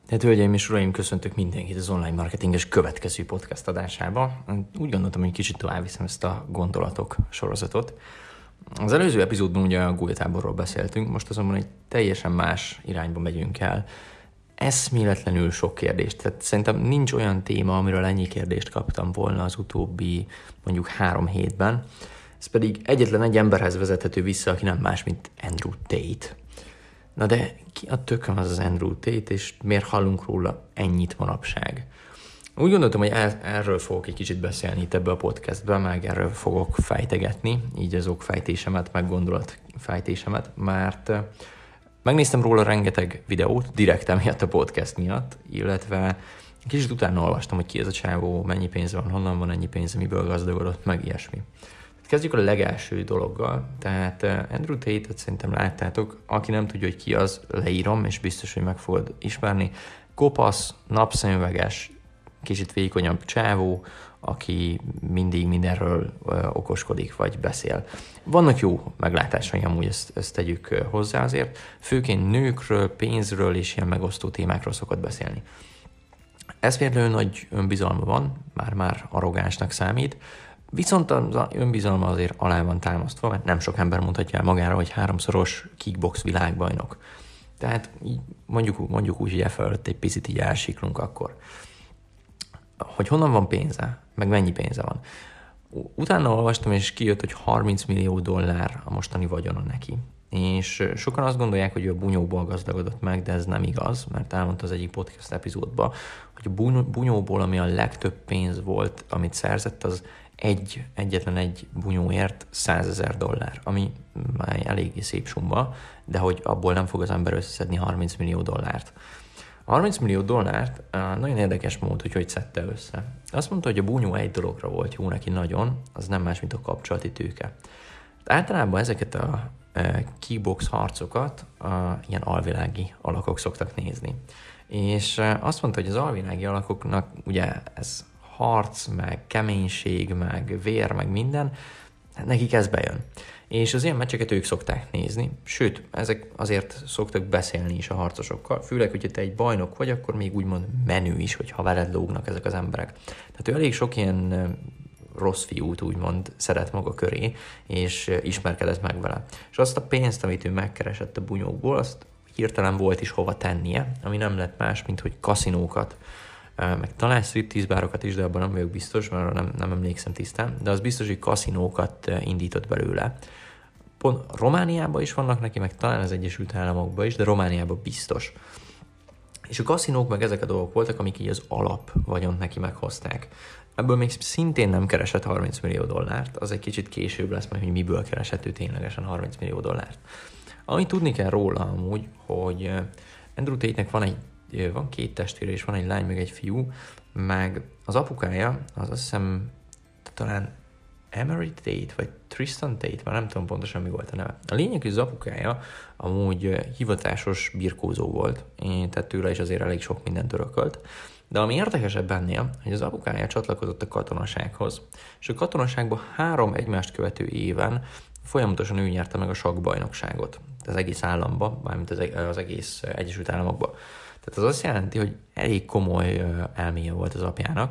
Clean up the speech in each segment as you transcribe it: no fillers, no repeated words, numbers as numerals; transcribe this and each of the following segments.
Tehát, hölgyeim és uraim, köszöntök mindenkit az online marketinges következő podcast adásába. Úgy gondoltam, hogy kicsit tovább viszem ezt a gondolatok sorozatot. Az előző epizódban ugye a gólyatáborról beszéltünk, most azonban egy teljesen más irányba megyünk el. Eszméletlenül sok kérdést. Tehát szerintem nincs olyan téma, amiről ennyi kérdést kaptam volna az utóbbi mondjuk 3 hétben. Ez pedig egyetlen egy emberhez vezethető vissza, aki nem más, mint Andrew Tate. Na de ki a tököm az Andrew Tate, és miért hallunk róla ennyit manapság? Úgy gondoltam, hogy erről fogok egy kicsit beszélni itt ebbe a podcastben, meg erről fogok fejtegetni, így az okfejtésemet, meg gondolatfejtésemet, mert megnéztem róla rengeteg videót, direkt emiatt a podcast miatt, illetve kicsit utána olvastam, hogy ki ez a csávó, mennyi pénze van, honnan van ennyi pénze, miből gazdagodott, meg ilyesmi. Kezdjük a legelső dologgal, tehát Andrew Tate-et szerintem láttátok, aki nem tudja, hogy ki az, leírom, és biztos, hogy meg fogod ismerni. Kopasz, napszemüveges, kicsit vékonyabb csávó, aki mindig mindenről okoskodik, vagy beszél. Vannak jó meglátásai, amúgy ezt tegyük hozzá azért, főként nőkről, pénzről és ilyen megosztó témákról szokott beszélni. Eszméletlenül nagy önbizalma van, már arrogánsnak számít, viszont az önbizalma azért alá van támasztva, mert nem sok ember mondhatja el magára, hogy 3-szoros kickbox világbajnok. Tehát mondjuk úgy, hogy e fölött egy picit így elsiklunk akkor. Hogy honnan van pénze, meg mennyi pénze van. Utána olvastam, és kijött, hogy $30 millió a mostani vagyona neki. És sokan azt gondolják, hogy ő a bunyóból gazdagodott meg, de ez nem igaz, mert elmondta az egyik podcast epizódban, hogy a bunyóból, ami a legtöbb pénz volt, amit szerzett, az egyetlen egy bunyóért $100,000, ami már eléggé szép summa, de hogy abból nem fog az ember összeszedni $30 millió. A $30 millió nagyon érdekes mód, hogy szedte össze. Azt mondta, hogy a bunyó egy dologra volt jó neki nagyon, az nem más, mint a kapcsolati tőke. Általában ezeket a kickbox harcokat ilyen alvilági alakok szoktak nézni. És azt mondta, hogy az alvilági alakoknak ugye ez harc, meg keménység, meg vér, meg minden, nekik ez bejön. És az ilyen meccseket ők szokták nézni, sőt, ezek azért szoktak beszélni is a harcosokkal, főleg, hogyha te egy bajnok vagy, akkor még úgymond menő is, hogyha veled lógnak ezek az emberek. Tehát ő elég sok ilyen rossz fiút úgymond szeret maga köré, és ismerkedett meg vele. És azt a pénzt, amit ő megkeresett a bunyókból, azt hirtelen volt is hova tennie, ami nem lett más, mint hogy kaszinókat, meg talán striptease bárokat is, de abban nem vagyok biztos, mert nem emlékszem tisztán, de az biztos, hogy kaszinókat indított belőle. Pont Romániában is vannak neki, meg talán az Egyesült Államokban is, de Romániában biztos. És a kaszinók meg ezek a dolgok voltak, amik így az alap vagyont neki meghozták. Ebből még szintén nem keresett $30 millió, az egy kicsit később lesz majd, hogy miből keresett ő ténylegesen $30 millió. Amit tudni kell róla amúgy, hogy Andrew Tate-nek van 2 testvére, és van egy lány, meg egy fiú, meg az apukája, az azt hiszem talán Emery Tate, vagy Tristan Tate, már nem tudom pontosan mi volt a neve. A lényeg, hogy az apukája amúgy hivatásos birkózó volt, tehát tőle is azért elég sok mindent örökölt. De ami érdekesebb ennél, hogy az apukája csatlakozott a katonasághoz, és a katonaságban 3 egymást követő éven folyamatosan ő nyerte meg a sakkbajnokságot az egész államban, mármint az egész Egyesült Államokban. Tehát az azt jelenti, hogy elég komoly elméje volt az apjának,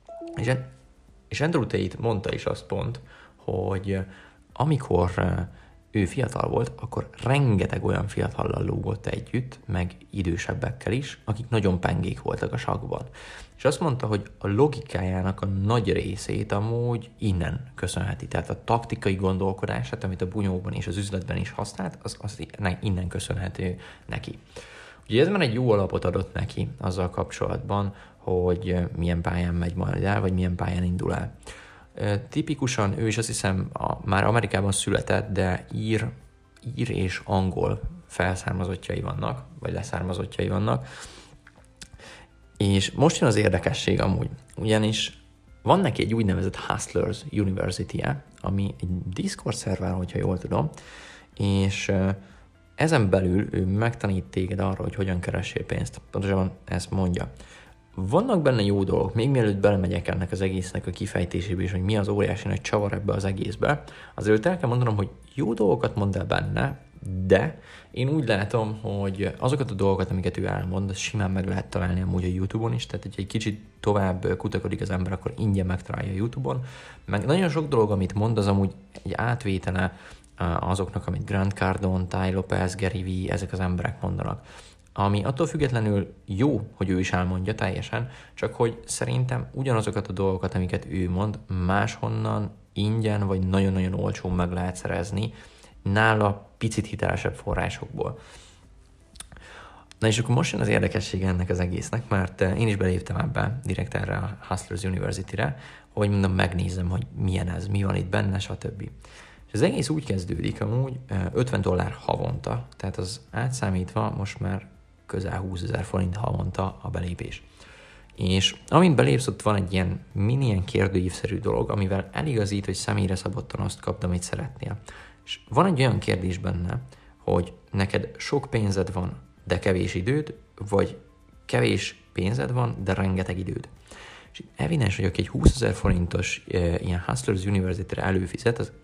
és Andrew Tate mondta is azt pont, hogy amikor ő fiatal volt, akkor rengeteg olyan fiatallal lógott együtt, meg idősebbekkel is, akik nagyon pengék voltak a sakkban. És azt mondta, hogy a logikájának a nagy részét amúgy innen köszönheti. Tehát a taktikai gondolkodását, amit a bunyóban és az üzletben is használt, az innen köszönhető neki. Ugye ez már egy jó alapot adott neki azzal kapcsolatban, hogy milyen pályán megy majd el, vagy milyen pályán indul el. Tipikusan ő is azt hiszem már Amerikában született, de ír és angol felszármazottjai vannak, vagy leszármazottjai vannak. És most jön az érdekesség amúgy, ugyanis van neki egy úgynevezett Hustlers University-je, ami egy Discord szerver, hogyha jól tudom, és ezen belül ő megtanít téged arra, hogy hogyan keressél pénzt. Pontosan ezt mondja. Vannak benne jó dolgok, még mielőtt belemegyek ennek az egésznek a kifejtésébe is, hogy mi az óriási nagy csavar ebbe az egészbe, azért el kell mondanom, hogy jó dolgokat mond el benne, De én úgy látom, hogy azokat a dolgokat, amiket ő elmond, azt simán meg lehet találni amúgy a YouTube-on is, tehát egy kicsit tovább kutakodik az ember, akkor ingyen megtalálja a YouTube-on. Meg nagyon sok dolog, amit mond, az amúgy egy átvétele azoknak, amit Grant Cardone, Tai Lopez, Gary Vee, ezek az emberek mondanak. Ami attól függetlenül jó, hogy ő is elmondja teljesen, csak hogy szerintem ugyanazokat a dolgokat, amiket ő mond, máshonnan ingyen vagy nagyon-nagyon olcsón meg lehet szerezni, nála picit hitelesebb forrásokból. Na és akkor most jön az érdekessége ennek az egésznek, mert én is beléptem ebbe, direkt erre a Hustlers University-re, hogy mondom, megnézem, hogy milyen ez, mi van itt benne, stb. És az egész úgy kezdődik amúgy, $50 havonta, tehát az átszámítva most már közel 20 000 forint havonta a belépés. És amint belépsz, ott van egy ilyen kérdőívszerű dolog, amivel eligazít, hogy személyre szabottan azt kapd, amit szeretnél. És van egy olyan kérdés benne, hogy neked sok pénzed van, de kevés időd, vagy kevés pénzed van, de rengeteg időd. És evidens, hogy aki egy 20 000 forintos ilyen Hustlers University-re előfizet, az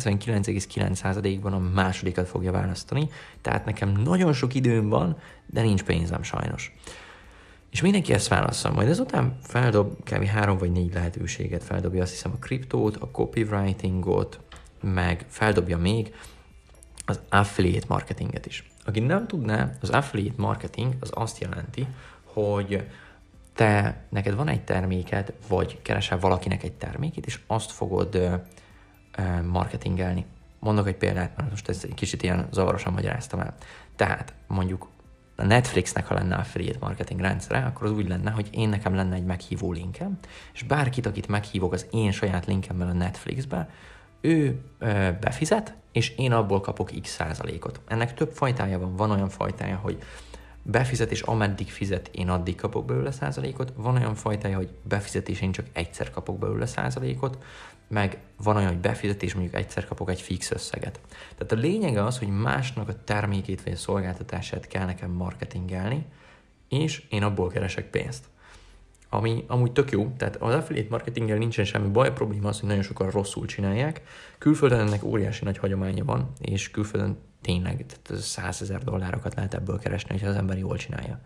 99,9%-ban a másodikat fogja választani, tehát nekem nagyon sok időm van, de nincs pénzem sajnos. És mindenki ezt válassza, majd ezután feldob kb. 3 vagy 4 lehetőséget, feldobja azt hiszem a kriptót, a copywritingot, meg feldobja még az affiliate marketinget is. Aki nem tudná, az affiliate marketing az azt jelenti, hogy neked van egy terméked, vagy keresel valakinek egy termékét, és azt fogod marketingelni. Mondok egy példát, mert most ezt egy kicsit ilyen zavarosan magyaráztam el. Tehát mondjuk a Netflixnek, ha lenne affiliate marketing rendszere, akkor az úgy lenne, hogy nekem lenne egy meghívó linkem, és bárkit, akit meghívok az én saját linkemmel a Netflixbe, ő befizet, és én abból kapok x%. Ennek több fajtája van. Van olyan fajtája, hogy befizet, és ameddig fizet, én addig kapok belőle százalékot. Van olyan fajtája, hogy befizet, és én csak egyszer kapok belőle százalékot, meg van olyan, hogy befizet, és mondjuk egyszer kapok egy fix összeget. Tehát a lényege az, hogy másnak a termékét vagy a szolgáltatását kell nekem marketingelni, és én abból keresek pénzt. Ami amúgy tök jó, tehát az affiliate marketinggel nincsen semmi baj, a probléma az, hogy nagyon sokan rosszul csinálják. Külföldön ennek óriási nagy hagyománya van, és külföldön tényleg $100,000 lehet ebből keresni, hogyha az ember jól csinálja.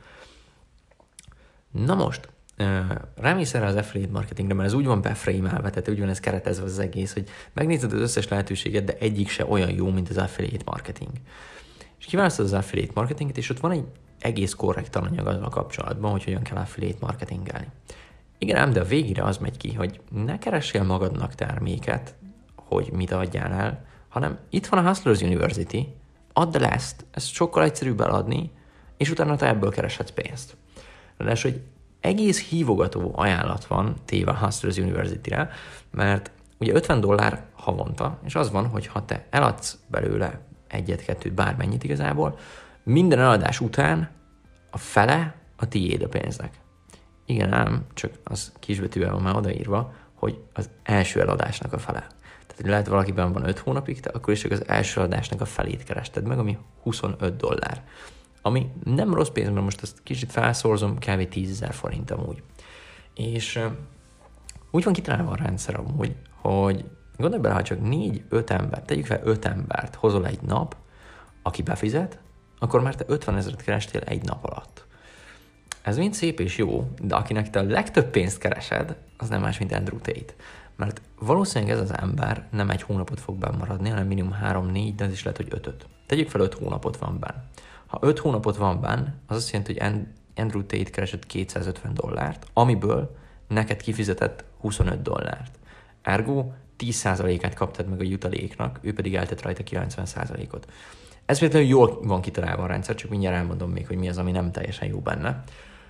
Na most, rámész erre az affiliate marketingre, mert ez úgy van beframe-elve, tehát úgy van ez keretezve az egész, hogy megnézed az összes lehetőséget, de egyik se olyan jó, mint az affiliate marketing. És kiválasztod az affiliate marketinget, és ott van egy egész korrekt tananyag azzal kapcsolatban, hogy hogyan kell affiliate marketingelni. Igen ám, de a végére az megy ki, hogy ne keressél magadnak terméket, hogy mit adjál el, hanem itt van a Hustlers University, add el ezt sokkal egyszerűbb eladni, és utána te ebből kereshetsz pénzt. Ráadásul egy egész hívogató ajánlat van téve a Hustlers University-re, mert ugye $50 havonta, és az van, hogy ha te eladsz belőle egyet-kettőt, bármennyit igazából, minden eladás után a fele a tiéd a pénznek. Igen ám, csak az kisbetűvel van már odaírva, hogy az első eladásnak a fele. Tehát lehet valakiben van 5 hónapig, te akkor is csak az első eladásnak a felét kerested meg, ami $25. Ami nem rossz pénz, mert most ezt kicsit felszorzom, kb. 10 000 forint amúgy. És úgy van kitalálva a rendszer amúgy, hogy gondolj bele, ha csak 4-5 embert, tegyük fel 5 embert hozol egy nap, aki befizet, akkor már te 50 000 kerestél egy nap alatt. Ez mind szép és jó, de akinek te a legtöbb pénzt keresed, az nem más, mint Andrew Tate. Mert valószínűleg ez az ember nem egy hónapot fog benn maradni, hanem minimum 3-4, de ez is lehet, hogy 5-öt. Tegyük fel 5 hónapot van benn. Ha 5 hónapot van benn, az azt jelenti, hogy Andrew Tate keresett $250, amiből neked kifizetett $25. Ergo 10%-át kaptad meg a jutaléknak, ő pedig eltett rajta 90%-ot. Ez például jól van kitalálva a rendszer, csak mindjárt elmondom még, hogy mi az, ami nem teljesen jó benne.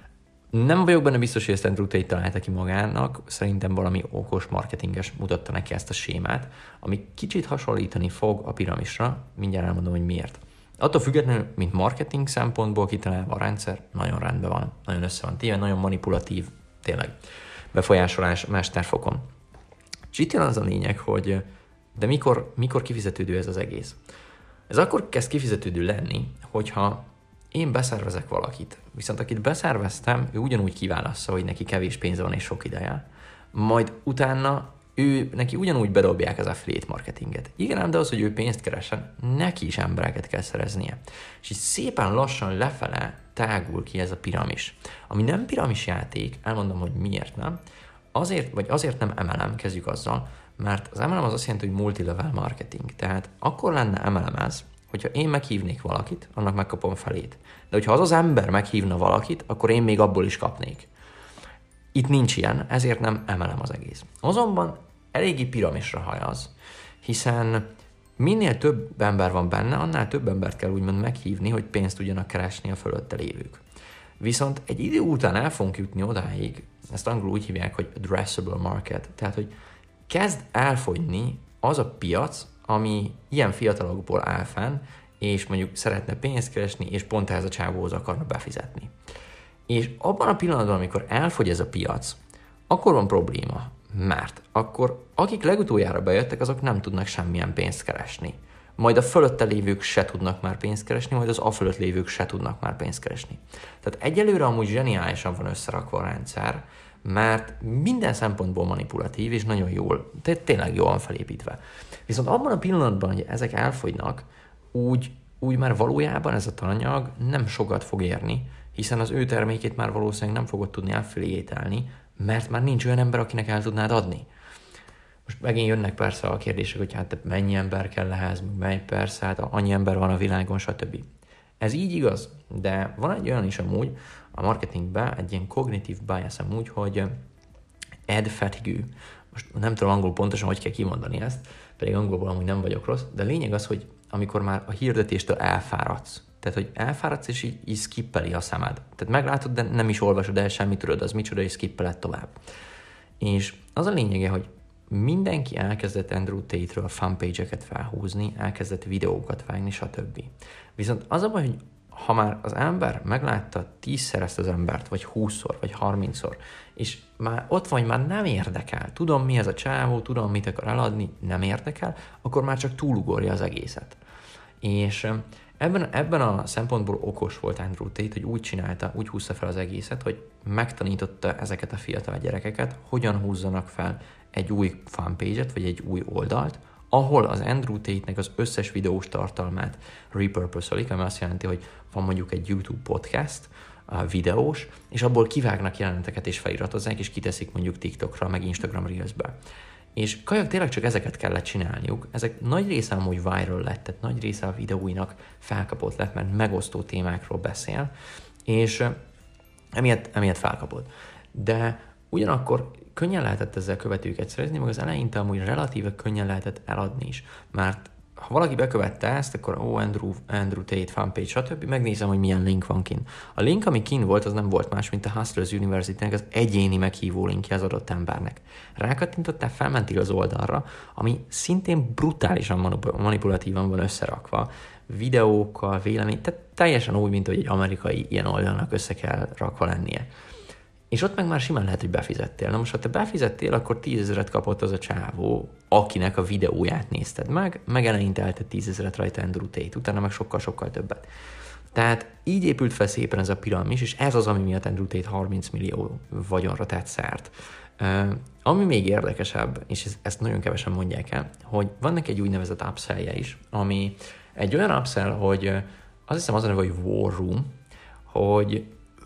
Nem vagyok benne biztos, hogy ezt Andrew Tate találta ki magának, szerintem valami okos marketinges mutatta neki ezt a sémát, ami kicsit hasonlítani fog a piramisra, mindjárt elmondom, hogy miért. Attól függetlenül, mint marketing szempontból kitalálva a rendszer, nagyon rendben van, nagyon össze van téve, nagyon manipulatív, tényleg befolyásolás mesterfokon. És itt jön az a lényeg, hogy de mikor kifizetődő ez az egész? Ez akkor kezd kifizetődő lenni, hogyha én beszervezek valakit, viszont akit beszerveztem, ő ugyanúgy kiválassza, hogy neki kevés pénze van és sok ideje, majd utána neki ugyanúgy bedobják az affiliate marketinget. Igen, de az, hogy ő pénzt keresen, neki is embereket kell szereznie. És így szépen lassan lefele tágul ki ez a piramis. Ami nem piramis játék, elmondom, hogy miért nem, azért nem MLM, kezdjük azzal, mert az MLM az azt jelenti, hogy multilevel marketing. Tehát akkor lenne MLM ez, hogyha én meghívnék valakit, annak megkapom felét. De hogyha az ember meghívna valakit, akkor én még abból is kapnék. Itt nincs ilyen, ezért nem MLM az egész. Azonban eléggé piramisra hajaz, hiszen minél több ember van benne, annál több embert kell úgymond meghívni, hogy pénzt tudjanak keresni a fölötte lévők. Viszont egy idő után el fogunk jutni odáig, ezt angolul úgy hívják, hogy addressable market, tehát hogy kezd elfogyni az a piac, ami ilyen fiatalokból áll fenn, és mondjuk szeretne pénzt keresni, és pont ehhez a csávóhoz akarna befizetni. És abban a pillanatban, amikor elfogy ez a piac, akkor van probléma, mert akkor akik legutoljára bejöttek, azok nem tudnak semmilyen pénzt keresni. Majd a fölötte lévők se tudnak már pénzt keresni, majd az afölött lévők se tudnak már pénzt keresni. Tehát egyelőre amúgy zseniálisan van összerakva a rendszer, mert minden szempontból manipulatív, és nagyon jól, tehát tényleg jól van felépítve. Viszont abban a pillanatban, hogy ezek elfogynak, úgy már valójában ez a tananyag nem sokat fog érni, hiszen az ő termékét már valószínűleg nem fogod tudni affiliate-elni, mert már nincs olyan ember, akinek el tudnád adni. Most megint jönnek persze a kérdések, hogy hát mennyi ember kell ehhez, persze, hát annyi ember van a világon, stb. Ez így igaz, de van egy olyan is amúgy a marketingben, egy ilyen cognitive bias amúgy, hogy ad fatigue. Most nem tudom angolul pontosan, hogy kell kimondani ezt, pedig angolból amúgy nem vagyok rossz, de a lényeg az, hogy amikor már a hirdetéstől elfáradsz, tehát, hogy elfáradsz, és így skippeli a szemed. Tehát meglátod, de nem is olvasod el semmit, tudod, az micsoda, és skippeled tovább. És az a lényege, hogy mindenki elkezdett Andrew Tate-ről fanpage-eket felhúzni, elkezdett videókat vágni, stb. Viszont az a baj, hogy ha már az ember meglátta 10-szer ezt az embert, vagy 20-szor, vagy 30-szor, és már ott vagy, már nem érdekel, tudom mi ez a csávó, tudom mit akar eladni, nem érdekel, akkor már csak túlugorja az egészet. És ebben a szempontból okos volt Andrew Tate, hogy úgy csinálta, úgy húzta fel az egészet, hogy megtanította ezeket a fiatal gyerekeket, hogyan húzzanak fel egy új fanpage-et, vagy egy új oldalt, ahol az Andrew Tate-nek az összes videós tartalmát repurpose-olik, ami azt jelenti, hogy van mondjuk egy YouTube podcast, videós, és abból kivágnak jeleneteket és feliratozzák, és kiteszik mondjuk TikTokra, meg Instagram Reels-be. És kajak tényleg csak ezeket kellett csinálniuk. Ezek nagy része amúgy viral lett, tehát nagy része a videóinak felkapott lett, mert megosztó témákról beszél, és emiatt felkapott. De ugyanakkor könnyen lehetett ezzel követőket szerezni, meg az eleinte amúgy relatíve könnyen lehetett eladni is, mert ha valaki bekövette ezt, akkor Andrew Tate fanpage, stb. Megnézem, hogy milyen link van kint. A link, ami kint volt, az nem volt más, mint a Hustlers University-nek az egyéni meghívó linkje az adott embernek. Rákattintottál, felmentél az oldalra, ami szintén brutálisan manipulatívan van összerakva, videókkal, vélemény, tehát teljesen úgy, mint hogy egy amerikai ilyen oldalnak össze kell rakva lennie. És ott meg már simán lehet, hogy befizettél. Na most, ha te befizettél, akkor 10 000 kapott az a csávó, akinek a videóját nézted meg eleinte eltett 10 000 rajta Andrew Tate, utána meg sokkal-sokkal többet. Tehát így épült fel szépen ez a piramis, és ez az, ami miatt Andrew Tate 30 millió vagyonra tett szert. Ami még érdekesebb, és ezt nagyon kevesen mondják el, hogy van neki egy úgynevezett upsell-je is, ami egy olyan upsell, hogy azt hiszem az a neve, hogy War Room, hogy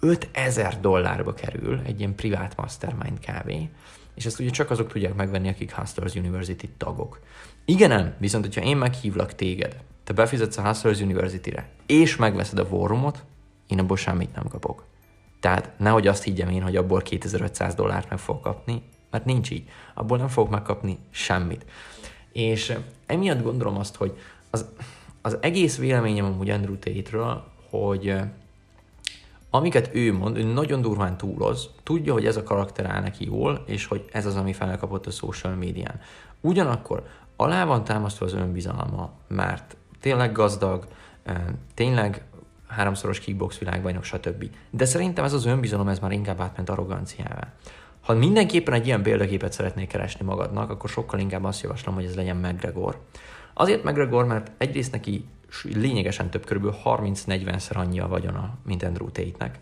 $5000 kerül egy ilyen privát mastermind kávé, és ezt ugye csak azok tudják megvenni, akik Hustlers University tagok. Igen, nem, viszont hogyha én meghívlak téged, te befizetsz a Hustlers University-re, és megveszed a War Room-ot, én abból semmit nem kapok. Tehát nehogy azt higgyem én, hogy abból $2500 meg fogok kapni, mert nincs így. Abból nem fogok megkapni semmit. És emiatt gondolom azt, hogy az egész véleményem amúgy Andrew Tate-ről, hogy amiket ő mond, ő nagyon durván túloz, tudja, hogy ez a karakter áll neki jól, és hogy ez az, ami felkapott a social médián. Ugyanakkor alá van támasztva az önbizalma, mert tényleg gazdag, tényleg 3-szoros kickbox világbajnok, stb. De szerintem ez az önbizalom, ez már inkább átment arroganciává. Ha mindenképpen egy ilyen példaképet szeretnél keresni magadnak, akkor sokkal inkább azt javaslom, hogy ez legyen McGregor. Azért McGregor, mert egyrészt neki lényegesen több, kb. 30-40-szer annyi a vagyona, mint Andrew Tate-nek.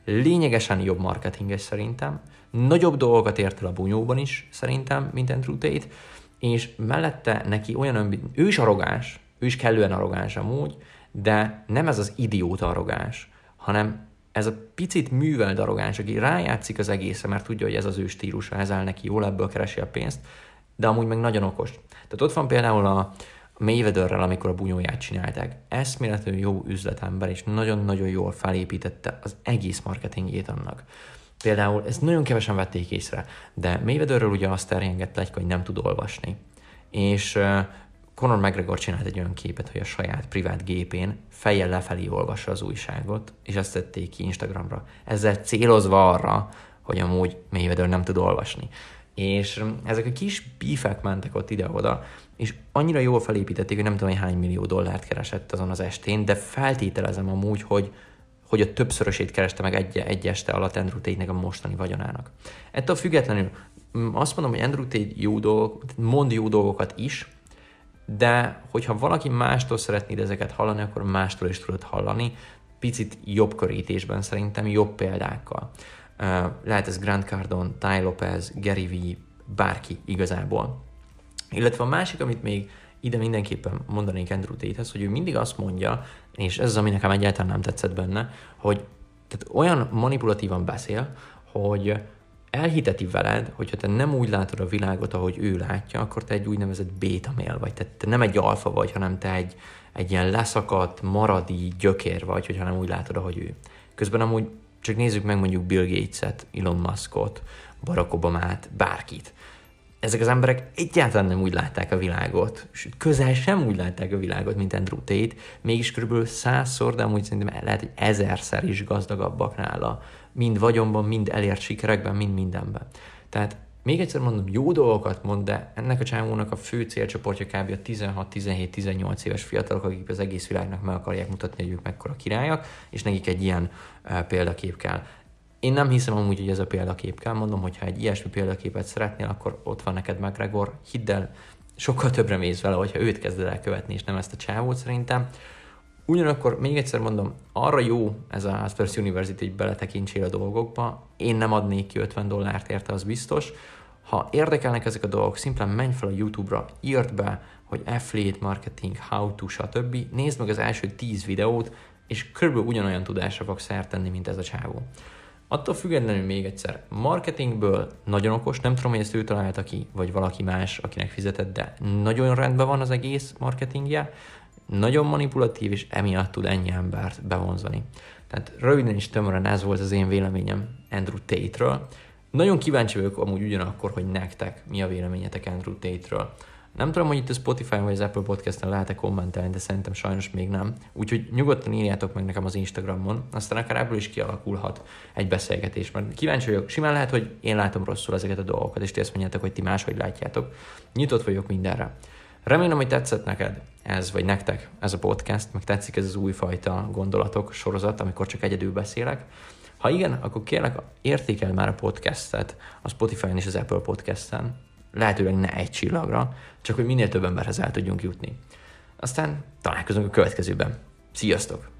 lényegesen jobb marketinges szerintem, nagyobb dolgokat ért el a bunyóban is szerintem, mint Andrew Tate, és mellette neki ő is arrogáns, ő is kellően arrogáns amúgy, de nem ez az idióta arrogáns, hanem ez a picit művelt arrogáns, aki rájátszik az egészre, mert tudja, hogy ez az ő stílusa, ez áll neki jól, ebből keresi a pénzt, de amúgy meg nagyon okos. Tehát ott van például a Mayweatherrel, amikor a bunyóját csinálták. Eszméletlenül jó üzletember, és nagyon-nagyon jól felépítette az egész marketingjét annak. Például ezt nagyon kevesen vették észre, de Mayweatherről ugye azt terjengett pletyka, hogy nem tud olvasni. És Conor McGregor csinált egy olyan képet, hogy a saját privát gépén fejjel lefelé olvassa az újságot, és ezt tették ki Instagramra. Ezzel célozva arra, hogy amúgy Mayweather nem tud olvasni. És ezek a kis bífek mentek ott ide-oda, és annyira jól felépítették, hogy nem tudom, hogy hány millió dollárt keresett azon az estén, de feltételezem amúgy, hogy a többszörösét kereste meg egy este alatt Andrew Tate-nek a mostani vagyonának. Ettől függetlenül azt mondom, hogy Andrew Tate mond jó dolgokat is, de hogyha valaki mástól szeretnéd ezeket hallani, akkor mástól is tudod hallani, picit jobb körítésben szerintem, jobb példákkal. Lehet ez Grant Cardone, Ty Lopez, Gary Vee, bárki igazából. Illetve a másik, amit még ide mindenképpen mondanék Andrew Tate-hez, hogy ő mindig azt mondja, és ez az, ami nekem egyáltalán nem tetszett benne, hogy tehát olyan manipulatívan beszél, hogy elhiteti veled, hogyha te nem úgy látod a világot, ahogy ő látja, akkor te egy úgynevezett beta male vagy. Tehát te nem egy alfa vagy, hanem te egy ilyen leszakadt, maradi gyökér vagy, hogyha nem úgy látod, ahogy ő. Közben amúgy csak nézzük meg mondjuk Bill Gates-et, Elon Muskot, Barack Obamát, bárkit. Ezek az emberek egyáltalán nem úgy látták a világot, sőt, közel sem úgy látták a világot, mint Andrew Tate, mégis körülbelül 100-szor, de amúgy szerintem lehet, hogy 1000-szer is gazdagabbak nála. Mind vagyonban, mind elért sikerekben, mind mindenben. Tehát még egyszer mondom, jó dolgokat mond, de ennek a csávónak a fő célcsoportja kb. A 16-17-18 éves fiatalok, akik az egész világnak meg akarják mutatni, hogy ők mekkora királyak, és nekik egy ilyen példakép kell. Én nem hiszem amúgy, hogy ez a példakép kell. Mondom, hogy ha egy ilyesmi példaképet szeretnél, akkor ott van neked McGregor. Hidd el, sokkal többre mész vele, hogyha őt kezded el követni, és nem ezt a csávót szerintem. Ugyanakkor még egyszer mondom, arra jó ez a Aspers University, hogy beletekintsél a dolgokba. Én nem adnék ki $50 érte, az biztos. Ha érdekelnek ezek a dolgok, szimplán menj fel a YouTube-ra, írd be, hogy affiliate marketing, how to, stb. Nézd meg az első 10 videót, és körülbelül ugyanolyan tudásra fogsz szert tenni, mint ez a csávó. Attól függetlenül még egyszer, marketingből nagyon okos, nem tudom, hogy ezt ő találta ki, vagy valaki más, akinek fizetett, de nagyon rendben van az egész marketingje, nagyon manipulatív, és emiatt tud ennyi embert bevonzani. Tehát röviden és tömören ez volt az én véleményem Andrew Tate-ről. Nagyon kíváncsi vagyok amúgy ugyanakkor, hogy nektek mi a véleményetek Andrew Tate-ről. Nem tudom, hogy itt a Spotify-on vagy az Apple Podcast-en lehet-e kommentelni, de szerintem sajnos még nem. Úgyhogy nyugodtan írjátok meg nekem az Instagramon, aztán akár ebből is kialakulhat egy beszélgetés, mert kíváncsi vagyok. Simán lehet, hogy én látom rosszul ezeket a dolgokat, és ti ezt mondjátok, hogy ti máshogy látjátok. Nyitott vagyok mindenre. Remélem, hogy tetszett neked ez, vagy nektek ez a podcast, meg tetszik ez az újfajta gondolatok sorozat, amikor csak egyedül beszélek. Ha igen, akkor kérlek, értékeld már a podcastet a Spotify-on és az Apple Podcast-en. Lehetőleg ne egy csillagra, csak hogy minél több emberhez el tudjunk jutni. Aztán találkozunk a következőben. Sziasztok!